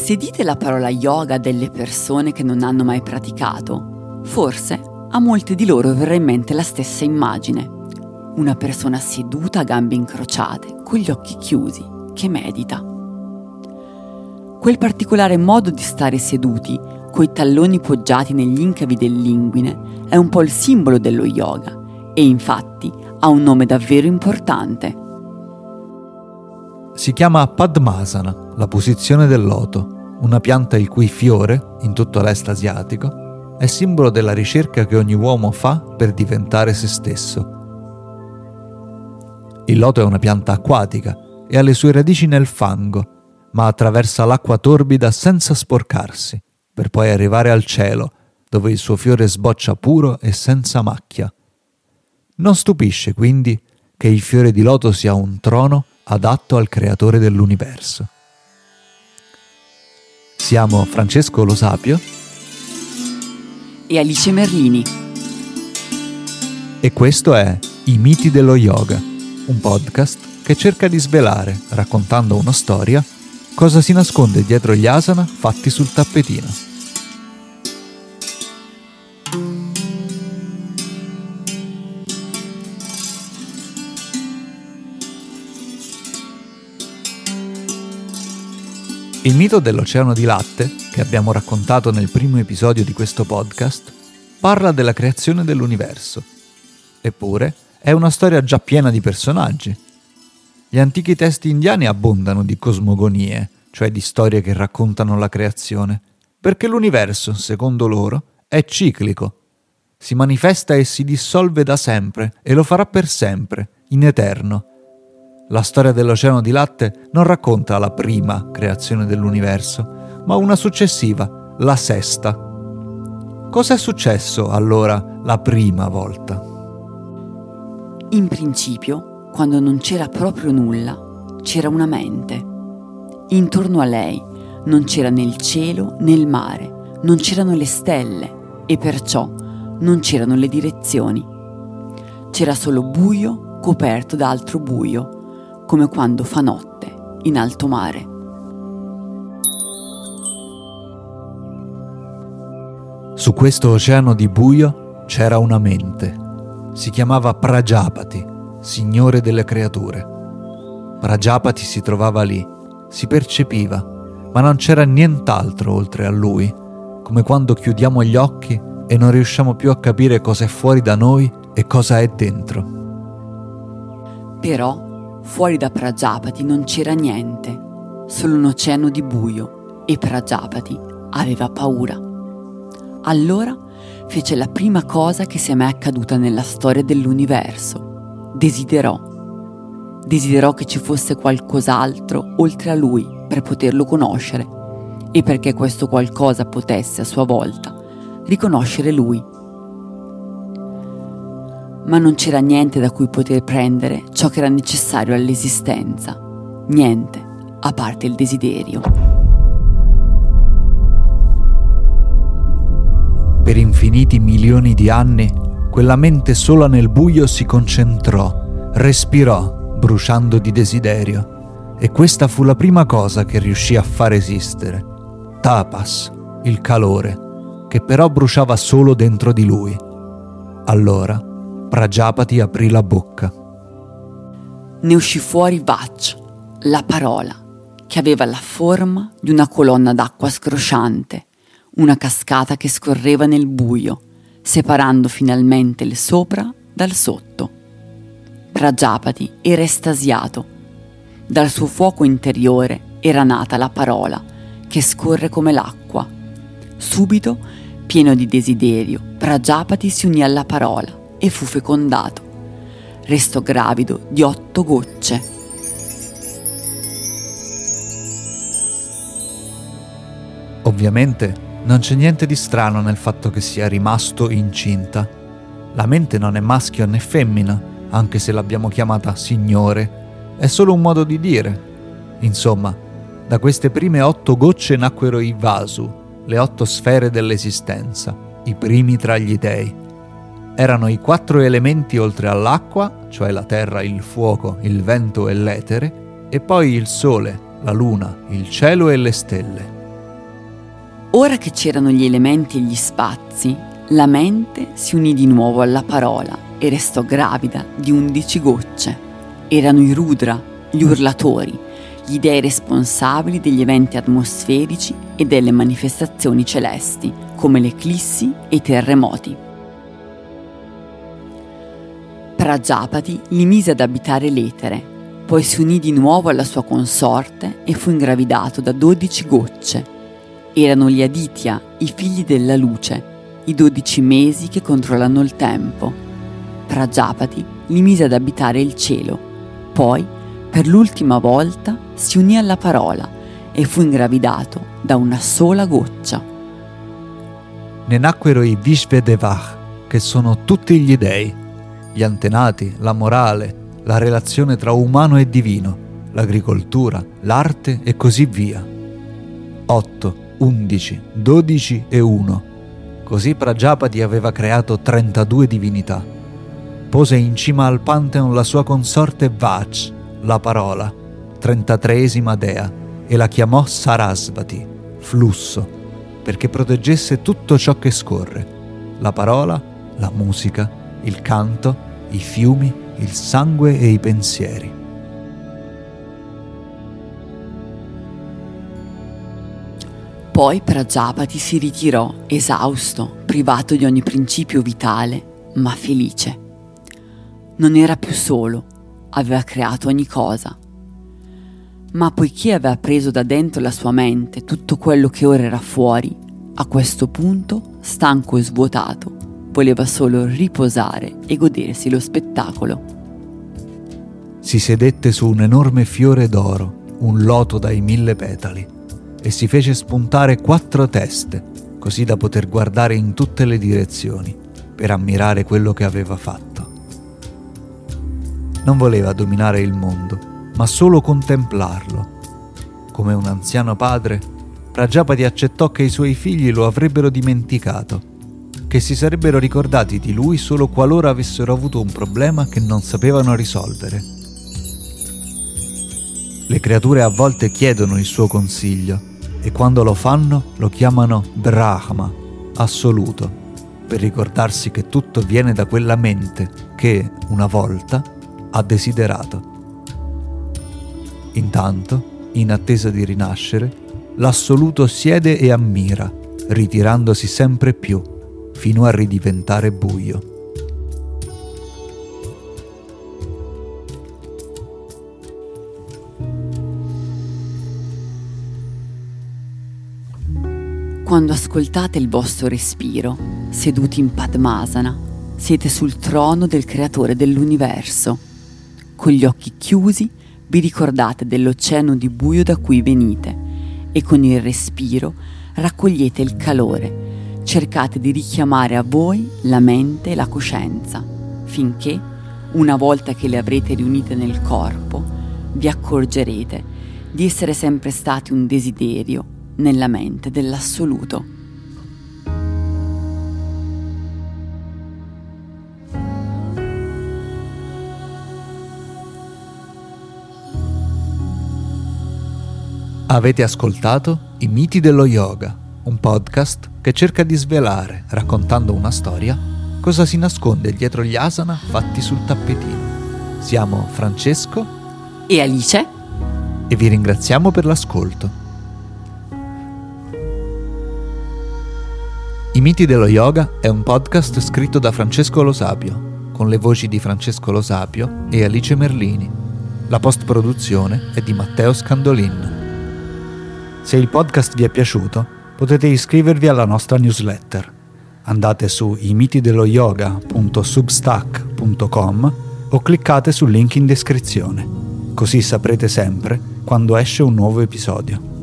Se dite la parola yoga a delle persone che non hanno mai praticato, forse a molti di loro verrà in mente la stessa immagine. Una persona seduta a gambe incrociate, con gli occhi chiusi, che medita. Quel particolare modo di stare seduti, coi talloni poggiati negli incavi dell'inguine, è un po' il simbolo dello yoga e infatti ha un nome davvero importante. Si chiama Padmasana, la posizione del loto, una pianta il cui fiore, in tutto l'est asiatico, è simbolo della ricerca che ogni uomo fa per diventare se stesso. Il loto è una pianta acquatica e ha le sue radici nel fango, ma attraversa l'acqua torbida senza sporcarsi, per poi arrivare al cielo, dove il suo fiore sboccia puro e senza macchia. Non stupisce quindi che il fiore di loto sia un trono adatto al creatore dell'universo. Siamo Francesco Lo Sapio e Alice Merlini. E questo è I miti dello yoga, un podcast che cerca di svelare, raccontando una storia, cosa si nasconde dietro gli asana fatti sul tappetino. Il mito dell'oceano di latte, che abbiamo raccontato nel primo episodio di questo podcast, parla della creazione dell'universo. Eppure, è una storia già piena di personaggi. Gli antichi testi indiani abbondano di cosmogonie, cioè di storie che raccontano la creazione, perché l'universo, secondo loro, è ciclico. Si manifesta e si dissolve da sempre e lo farà per sempre, in eterno. La storia dell'oceano di latte non racconta la prima creazione dell'universo, ma una successiva, la sesta. Cosa è successo allora la prima volta? In principio, quando non c'era proprio nulla, c'era una mente. Intorno a lei non c'era né il cielo né il mare, non c'erano le stelle e perciò non c'erano le direzioni. C'era solo buio coperto da altro buio, come quando fa notte in alto mare. Su questo oceano di buio c'era una mente. Si chiamava Prajapati, signore delle creature. Prajapati si trovava lì, si percepiva, ma non c'era nient'altro oltre a lui, come quando chiudiamo gli occhi e non riusciamo più a capire cosa è fuori da noi e cosa è dentro. Però fuori da Prajapati non c'era niente, solo un oceano di buio, e Prajapati aveva paura. Allora fece la prima cosa che sia mai accaduta nella storia dell'universo. Desiderò che ci fosse qualcos'altro oltre a lui per poterlo conoscere e perché questo qualcosa potesse a sua volta riconoscere lui. Ma non c'era niente da cui poter prendere ciò che era necessario all'esistenza. Niente, a parte il desiderio. Per infiniti milioni di anni, quella mente sola nel buio si concentrò, respirò, bruciando di desiderio. E questa fu la prima cosa che riuscì a far esistere. Tapas, il calore, che però bruciava solo dentro di lui. Allora Prajapati aprì la bocca. Ne uscì fuori Vach, la parola, che aveva la forma di una colonna d'acqua scrosciante, una cascata che scorreva nel buio, separando finalmente il sopra dal sotto. Prajapati era estasiato. Dal suo fuoco interiore era nata la parola, che scorre come l'acqua. Subito, pieno di desiderio, Prajapati si unì alla parola e fu fecondato. Restò gravido di 8 gocce. Ovviamente non c'è niente di strano nel fatto che sia rimasto incinta. La mente non è maschio né femmina, anche se l'abbiamo chiamata signore. È solo un modo di dire. Insomma, da queste prime 8 gocce nacquero i Vasu, le 8 sfere dell'esistenza, i primi tra gli dei. Erano i 4 elementi oltre all'acqua, cioè la terra, il fuoco, il vento e l'etere, e poi il sole, la luna, il cielo e le stelle. Ora che c'erano gli elementi e gli spazi, la mente si unì di nuovo alla parola e restò gravida di 11 gocce. Erano i Rudra, gli urlatori, gli dei responsabili degli eventi atmosferici e delle manifestazioni celesti, come le eclissi e i terremoti. Prajapati li mise ad abitare l'etere, poi si unì di nuovo alla sua consorte e fu ingravidato da 12 gocce. Erano gli Aditya, i figli della luce, i 12 mesi che controllano il tempo. Prajapati li mise ad abitare il cielo, poi, per l'ultima volta, si unì alla parola e fu ingravidato da una sola goccia. Ne nacquero i Vishvedevah, che sono tutti gli dei, gli antenati, la morale, la relazione tra umano e divino, l'agricoltura, l'arte e così via. 8, 11, 12 e 1. Così Prajapati aveva creato 32 divinità. Pose in cima al Pantheon la sua consorte Vach, la parola, 33esima dea, e la chiamò Sarasvati, flusso, perché proteggesse tutto ciò che scorre: la parola, la musica, il canto, i fiumi, il sangue e i pensieri. Poi Prajapati si ritirò, esausto, privato di ogni principio vitale, ma felice. Non era più solo, aveva creato ogni cosa. Ma poiché aveva preso da dentro la sua mente tutto quello che ora era fuori, a questo punto, stanco e svuotato, voleva solo riposare e godersi lo spettacolo. Si sedette su un enorme fiore d'oro, un loto dai 1000 petali, e si fece spuntare 4 teste, così da poter guardare in tutte le direzioni, per ammirare quello che aveva fatto. Non voleva dominare il mondo, ma solo contemplarlo. Come un anziano padre, Prajapati accettò che i suoi figli lo avrebbero dimenticato, che si sarebbero ricordati di lui solo qualora avessero avuto un problema che non sapevano risolvere. Le creature a volte chiedono il suo consiglio e quando lo fanno lo chiamano Brahma, assoluto, per ricordarsi che tutto viene da quella mente che, una volta, ha desiderato. Intanto, in attesa di rinascere, l'assoluto siede e ammira, ritirandosi sempre più, fino a ridiventare buio. Quando ascoltate il vostro respiro, seduti in Padmasana, siete sul trono del creatore dell'universo. Con gli occhi chiusi vi ricordate dell'oceano di buio da cui venite e con il respiro raccogliete il calore. Cercate di richiamare a voi la mente e la coscienza, finché, una volta che le avrete riunite nel corpo, vi accorgerete di essere sempre stati un desiderio nella mente dell'assoluto. Avete ascoltato I miti dello yoga, un podcast che cerca di svelare, raccontando una storia, cosa si nasconde dietro gli asana fatti sul tappetino. Siamo Francesco e Alice e vi ringraziamo per l'ascolto. I miti dello yoga è un podcast scritto da Francesco Lo Sapio, con le voci di Francesco Lo Sapio e Alice Merlini. La post-produzione è di Matteo Scandolin. Se il podcast vi è piaciuto, potete iscrivervi alla nostra newsletter. Andate su imitidelloyoga.substack.com o cliccate sul link in descrizione, così saprete sempre quando esce un nuovo episodio.